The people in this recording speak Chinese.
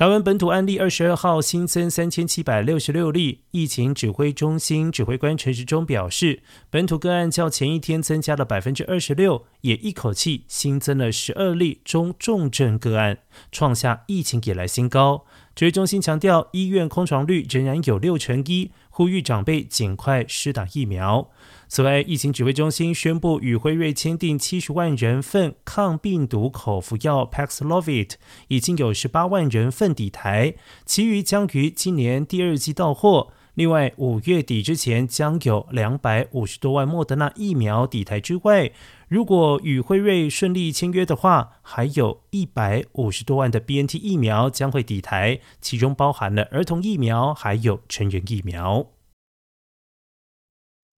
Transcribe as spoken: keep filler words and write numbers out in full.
台湾本土案例二十二号新增三千七百六十六例，疫情指挥中心指挥官陈时中表示，本土个案较前一天增加了 百分之二十六， 也一口气新增了十二例中重症个案，创下疫情以来新高。指挥中心强调，医院空床率仍然有六成一，呼吁长辈尽快施打疫苗。此外，疫情指挥中心宣布与辉瑞签订七十万人份抗病毒口服药 Paxlovid， 已经有十八万人份抵台，其余将于今年第二季到货。另外，五月底之前将有两百五十多万莫德纳疫苗抵台之外，如果与辉瑞顺利签约的话，还有一百五十多万的 B N T 疫苗将会抵台，其中包含了儿童疫苗还有成人疫苗。